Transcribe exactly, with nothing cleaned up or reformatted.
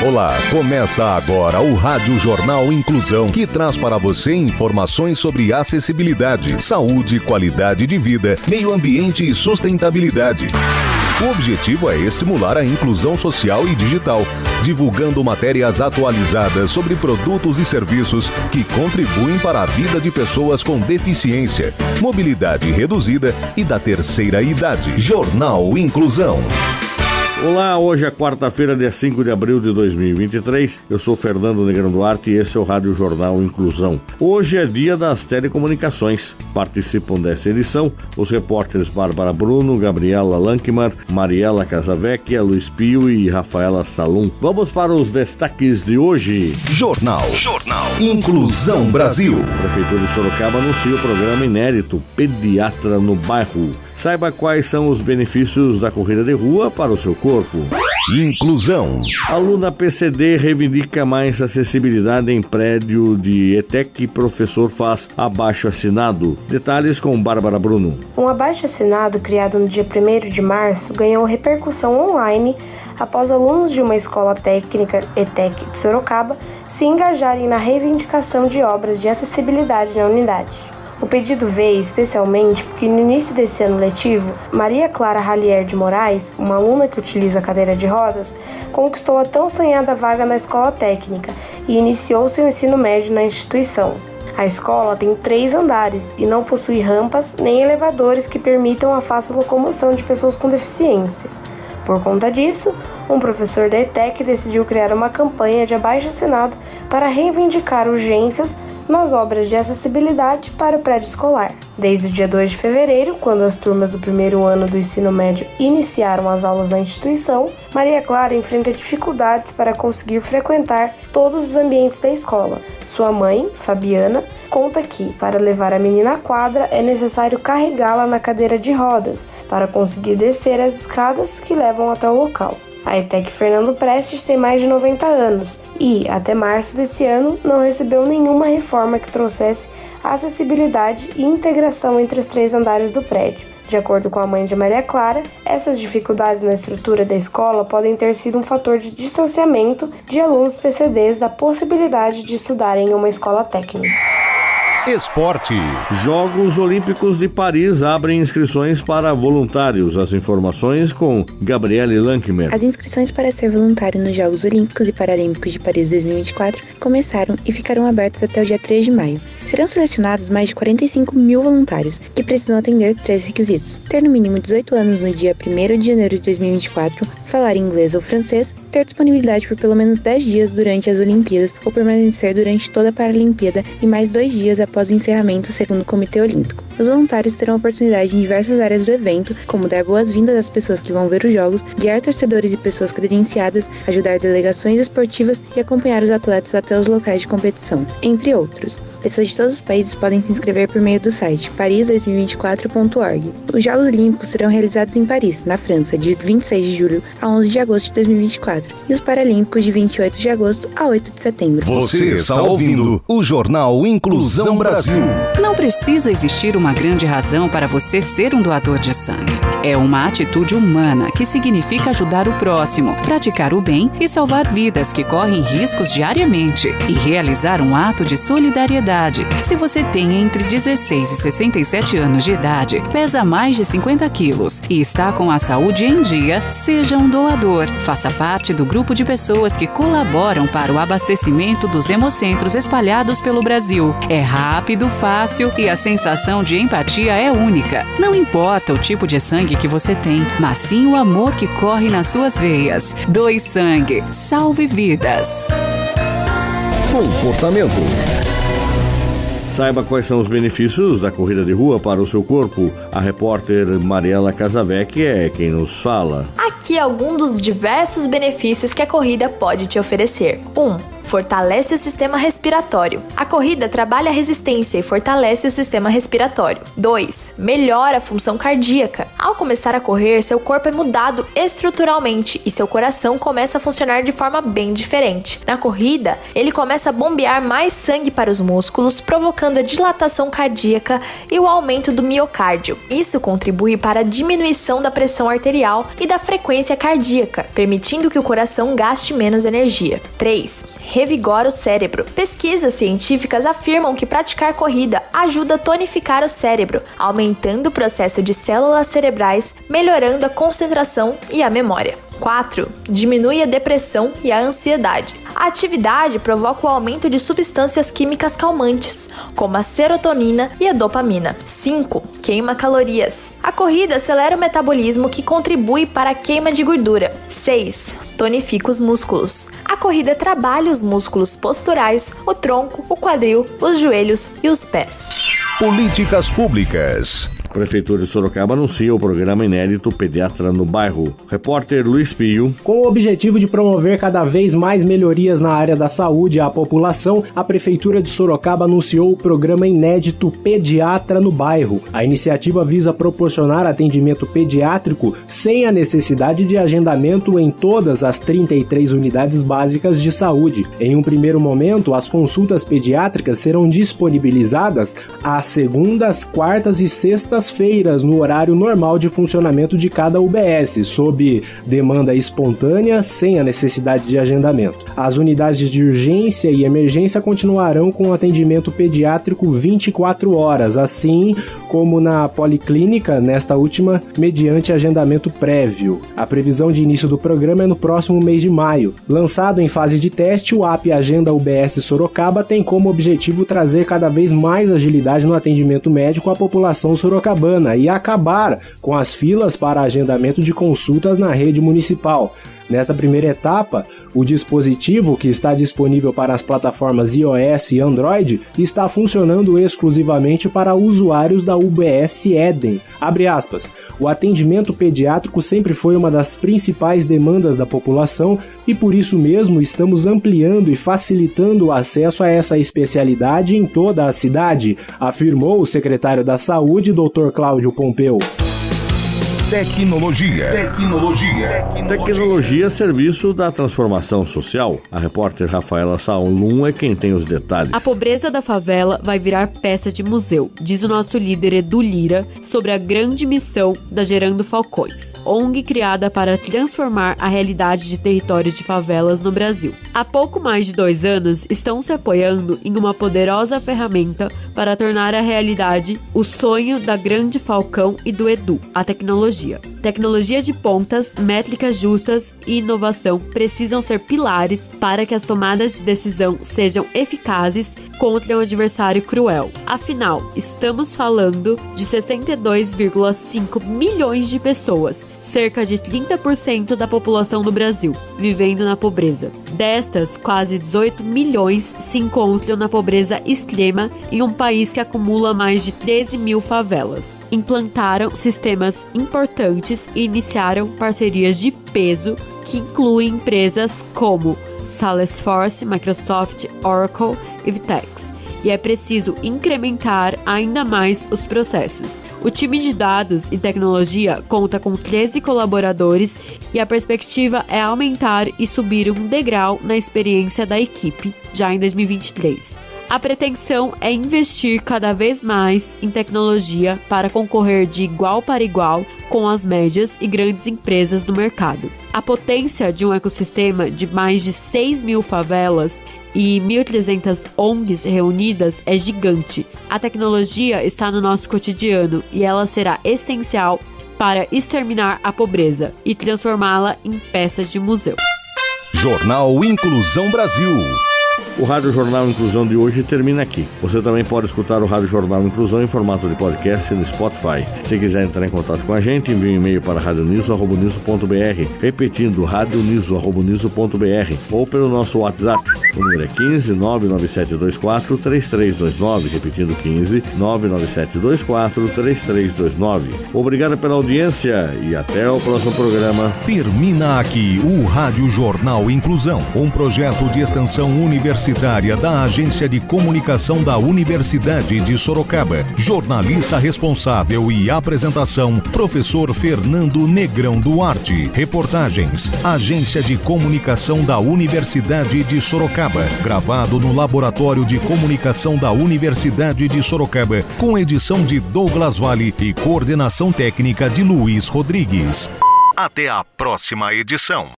Olá, começa agora o Rádio Jornal Inclusão, que traz para você informações sobre acessibilidade, saúde, qualidade de vida, meio ambiente e sustentabilidade. O objetivo é estimular a inclusão social e digital, divulgando matérias atualizadas sobre produtos e serviços que contribuem para a vida de pessoas com deficiência, mobilidade reduzida e da terceira idade. Jornal Inclusão. Olá, hoje é quarta-feira, dia cinco de abril de dois mil e vinte e três. Eu sou Fernando Negrão Duarte e esse é o Rádio Jornal Inclusão. Hoje é dia das telecomunicações. Participam dessa edição os repórteres Bárbara Bruno, Gabriela Lankmar, Mariela Casavecchia, Luiz Pio e Rafaela Salum. Vamos para os destaques de hoje. Jornal. Jornal. Inclusão Brasil. A Prefeitura de Sorocaba anuncia o programa inédito Pediatra no Bairro. Saiba quais são os benefícios da corrida de rua para o seu corpo. Inclusão. Aluna P C D reivindica mais acessibilidade em prédio de E T E C e professor faz abaixo-assinado. Detalhes com Bárbara Bruno. Um abaixo-assinado criado no dia primeiro de março ganhou repercussão online após alunos de uma escola técnica E T E C de Sorocaba se engajarem na reivindicação de obras de acessibilidade na unidade. O pedido veio especialmente porque no início desse ano letivo, Maria Clara Ralier de Moraes, uma aluna que utiliza a cadeira de rodas, conquistou a tão sonhada vaga na escola técnica e iniciou seu ensino médio na instituição. A escola tem três andares e não possui rampas nem elevadores que permitam a fácil locomoção de pessoas com deficiência. Por conta disso, um professor da E T E C decidiu criar uma campanha de abaixo-assinado para reivindicar urgências nas obras de acessibilidade para o prédio escolar. Desde o dia dois de fevereiro, quando as turmas do primeiro ano do ensino médio iniciaram as aulas na instituição, Maria Clara enfrenta dificuldades para conseguir frequentar todos os ambientes da escola. Sua mãe, Fabiana, conta que, para levar a menina à quadra, é necessário carregá-la na cadeira de rodas para conseguir descer as escadas que levam até o local. A E T E C Fernando Prestes tem mais de noventa anos e, até março desse ano, não recebeu nenhuma reforma que trouxesse acessibilidade e integração entre os três andares do prédio. De acordo com a mãe de Maria Clara, essas dificuldades na estrutura da escola podem ter sido um fator de distanciamento de alunos P C Ds da possibilidade de estudarem em uma escola técnica. Esporte. Jogos Olímpicos de Paris abrem inscrições para voluntários. As informações com Gabriele Lankmer. As inscrições para ser voluntário nos Jogos Olímpicos e Paralímpicos de Paris dois mil e vinte e quatro começaram e ficarão abertas até o dia três de maio. Serão selecionados mais de quarenta e cinco mil voluntários, que precisam atender três requisitos: ter no mínimo dezoito anos no dia primeiro de janeiro de dois mil e vinte e quatro, falar inglês ou francês, ter disponibilidade por pelo menos dez dias durante as Olimpíadas ou permanecer durante toda a Paralimpíada e mais dois dias após o encerramento segundo o Comitê Olímpico. Os voluntários terão oportunidade em diversas áreas do evento, como dar boas-vindas às pessoas que vão ver os jogos, guiar torcedores e pessoas credenciadas, ajudar delegações esportivas e acompanhar os atletas até os locais de competição, entre outros. Pessoas de todos os países podem se inscrever por meio do site paris dois mil e vinte e quatro ponto org. Os Jogos Olímpicos serão realizados em Paris, na França, de vinte e seis de julho a onze de agosto de dois mil e vinte e quatro e os Paralímpicos de vinte e oito de agosto a oito de setembro. Você está ouvindo o Jornal Inclusão Brasil. Não precisa existir uma grande razão para você ser um doador de sangue. É uma atitude humana que significa ajudar o próximo, praticar o bem e salvar vidas que correm riscos diariamente e realizar um ato de solidariedade. Se você tem entre dezesseis e sessenta e sete anos de idade, pesa mais de cinquenta quilos e está com a saúde em dia, seja um doador. Faça parte do grupo de pessoas que colaboram para o abastecimento dos hemocentros espalhados pelo Brasil. É rápido, fácil e a sensação de empatia é única. Não importa o tipo de sangue que você tem, mas sim o amor que corre nas suas veias. Doe sangue. Salve vidas. Comportamento. Saiba quais são os benefícios da corrida de rua para o seu corpo. A repórter Mariela Casavecchia é quem nos fala. Aqui algum dos diversos benefícios que a corrida pode te oferecer. um. fortalece o sistema respiratório. A corrida trabalha a resistência e fortalece o sistema respiratório. dois. Melhora a função cardíaca. Ao começar a correr, seu corpo é mudado estruturalmente e seu coração começa a funcionar de forma bem diferente. Na corrida, ele começa a bombear mais sangue para os músculos, provocando a dilatação cardíaca e o aumento do miocárdio. Isso contribui para a diminuição da pressão arterial e da frequência cardíaca, permitindo que o coração gaste menos energia. três. Revigora o cérebro. Pesquisas científicas afirmam que praticar corrida ajuda a tonificar o cérebro, aumentando o processo de células cerebrais, melhorando a concentração e a memória. quatro. Diminui a depressão e a ansiedade. A atividade provoca o aumento de substâncias químicas calmantes, como a serotonina e a dopamina. cinco. Queima calorias. A corrida acelera o metabolismo, que contribui para a queima de gordura. seis. Tonifica os músculos. A corrida trabalha os músculos posturais, o tronco, o quadril, os joelhos e os pés. Políticas públicas. A Prefeitura de Sorocaba anuncia o programa inédito Pediatra no Bairro. Repórter Luiz Pio. Com o objetivo de promover cada vez mais melhorias na área da saúde à população, a Prefeitura de Sorocaba anunciou o programa inédito Pediatra no Bairro. A iniciativa visa proporcionar atendimento pediátrico sem a necessidade de agendamento em todas as trinta e três unidades básicas de saúde. Em um primeiro momento, as consultas pediátricas serão disponibilizadas às segundas, quartas e sextas feiras no horário normal de funcionamento de cada U B S, sob demanda espontânea, sem a necessidade de agendamento. As unidades de urgência e emergência continuarão com atendimento pediátrico vinte e quatro horas, assim como na policlínica, nesta última, mediante agendamento prévio. A previsão de início do programa é no próximo mês de maio. Lançado em fase de teste, o app Agenda U B S Sorocaba tem como objetivo trazer cada vez mais agilidade no atendimento médico à população sorocabana e acabar com as filas para agendamento de consultas na rede municipal. Nessa primeira etapa, o dispositivo, que está disponível para as plataformas iOS e Android, está funcionando exclusivamente para usuários da U B S Eden. Abre aspas. O atendimento pediátrico sempre foi uma das principais demandas da população e por isso mesmo estamos ampliando e facilitando o acesso a essa especialidade em toda a cidade, afirmou o secretário da Saúde, doutor Cláudio Pompeu. Tecnologia. Tecnologia. Tecnologia a serviço da transformação social. A repórter Rafaela Saulum é quem tem os detalhes. A pobreza da favela vai virar peça de museu, diz o nosso líder Edu Lira sobre a grande missão da Gerando Falcões, O N G criada para transformar a realidade de territórios de favelas no Brasil. Há pouco mais de dois anos, estão se apoiando em uma poderosa ferramenta para tornar a realidade o sonho da Grande Falcão e do Edu, a tecnologia. Tecnologia de pontas, métricas justas e inovação precisam ser pilares para que as tomadas de decisão sejam eficazes contra um adversário cruel. Afinal, estamos falando de sessenta e dois vírgula cinco milhões de pessoas, cerca de trinta por cento da população do Brasil, vivendo na pobreza. Destas, quase dezoito milhões se encontram na pobreza extrema em um país que acumula mais de treze mil favelas. Implantaram sistemas importantes e iniciaram parcerias de peso que incluem empresas como Salesforce, Microsoft, Oracle e Vitex. E é preciso incrementar ainda mais os processos. O time de dados e tecnologia conta com treze colaboradores e a perspectiva é aumentar e subir um degrau na experiência da equipe já em dois mil e vinte e três. A pretensão é investir cada vez mais em tecnologia para concorrer de igual para igual com as médias e grandes empresas do mercado. A potência de um ecossistema de mais de seis mil favelas e mil e trezentas O N Gs reunidas é gigante. A tecnologia está no nosso cotidiano e ela será essencial para exterminar a pobreza e transformá-la em peças de museu. Jornal Inclusão Brasil. O Rádio Jornal Inclusão de hoje termina aqui. Você também pode escutar o Rádio Jornal Inclusão em formato de podcast no Spotify. Se quiser entrar em contato com a gente, envie um e-mail para radio niso arroba niso ponto b r, repetindo radio niso arroba niso ponto b r, ou pelo nosso WhatsApp. O número é quinze, nove nove sete dois quatro, três três dois nove, repetindo quinze, nove nove sete dois quatro, três três dois nove. Obrigado pela audiência e até o próximo programa. Termina aqui o Rádio Jornal Inclusão, um projeto de extensão universitária da Agência de Comunicação da Universidade de Sorocaba. Jornalista responsável e apresentação, professor Fernando Negrão Duarte. Reportagens, Agência de Comunicação da Universidade de Sorocaba. Gravado no Laboratório de Comunicação da Universidade de Sorocaba, com edição de Douglas Vale e coordenação técnica de Luiz Rodrigues. Até a próxima edição.